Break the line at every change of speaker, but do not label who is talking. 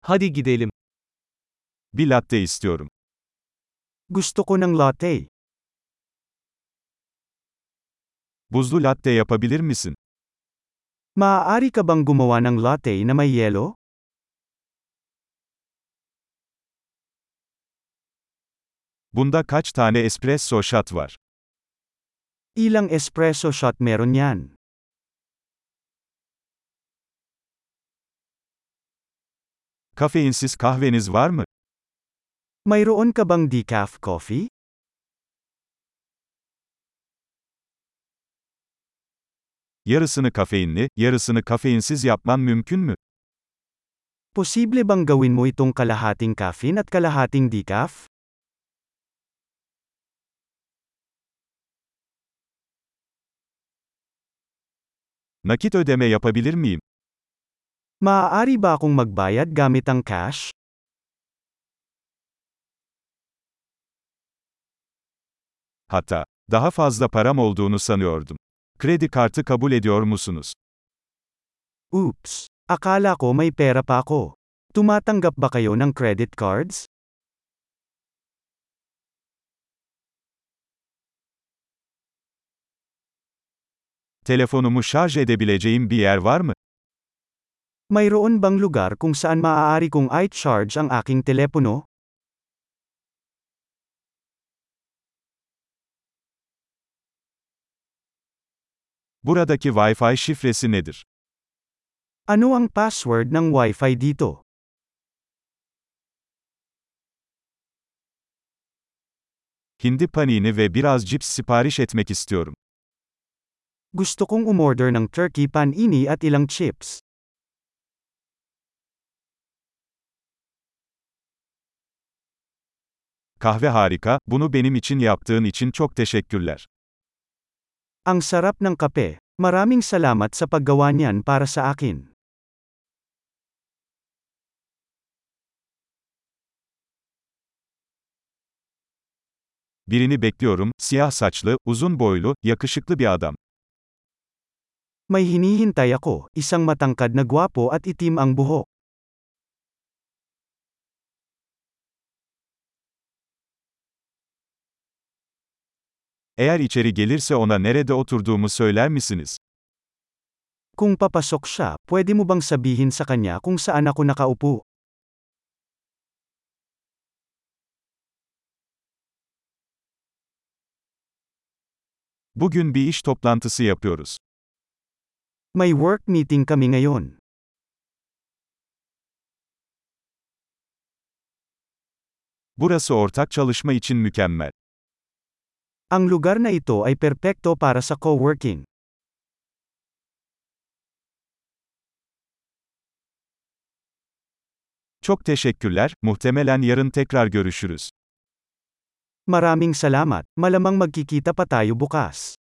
Hadi gidelim.
Bir latte istiyorum.
Gusto ko ng latte.
Buzlu latte yapabilir misin?
Maaari ka bang gumawa ng latte na may yelo?
Bunda kaç tane espresso shot var?
Ilang espresso shot meron yan?
Kafeinsiz kahveniz var mı?
Mayroon ka bang decaf coffee?
Yarısını kafeinli, yarısını kafeinsiz yapman mümkün mü?
Posible bang gawin mo itong kalahating caffeine at kalahating decaf?
Nakit ödeme yapabilir miyim?
Maaari ba akong magbayad gamit ang cash?
Hatta, daha fazla param olduğunu sanıyordum. Kredi kartı kabul ediyor musunuz?
Oops! Akala ko may pera pa ako. Tumatanggap ba kayo ng credit cards?
Telefonumu şarj edebileceğim bir yer var mı?
Mayroon bang lugar kung saan maaari kong i-charge ang aking telepono?
Buradaki Wi-Fi şifresi nedir?
Ano ang password ng Wi-Fi dito?
Hindi panini ve biraz cips sipariş etmek istiyorum.
Gusto kong umorder ng turkey panini at ilang chips.
Kahve harika, bunu benim için yaptığın için çok teşekkürler.
Ang sarap ng kape. Maraming salamat sa paggawa niyan para sa akin.
Birini bekliyorum, siyah saçlı, uzun boylu, yakışıklı bir adam.
May hinihintay ako, isang matangkad na gwapo at itim ang buhok.
Eğer içeri gelirse ona nerede oturduğumu söyler misiniz?
Kung papasok siya, pwede mo bang sabihin sa kanya kung saan ako nakaupo?
Bugün bir iş toplantısı yapıyoruz.
May work meeting kami ngayon.
Burası ortak çalışma için mükemmel.
Ang lugar na ito ay perpekto para sa co-working.
Çok teşekkürler, muhtemelen yarın tekrar görüşürüz.
Maraming salamat, malamang magkikita pa tayo bukas.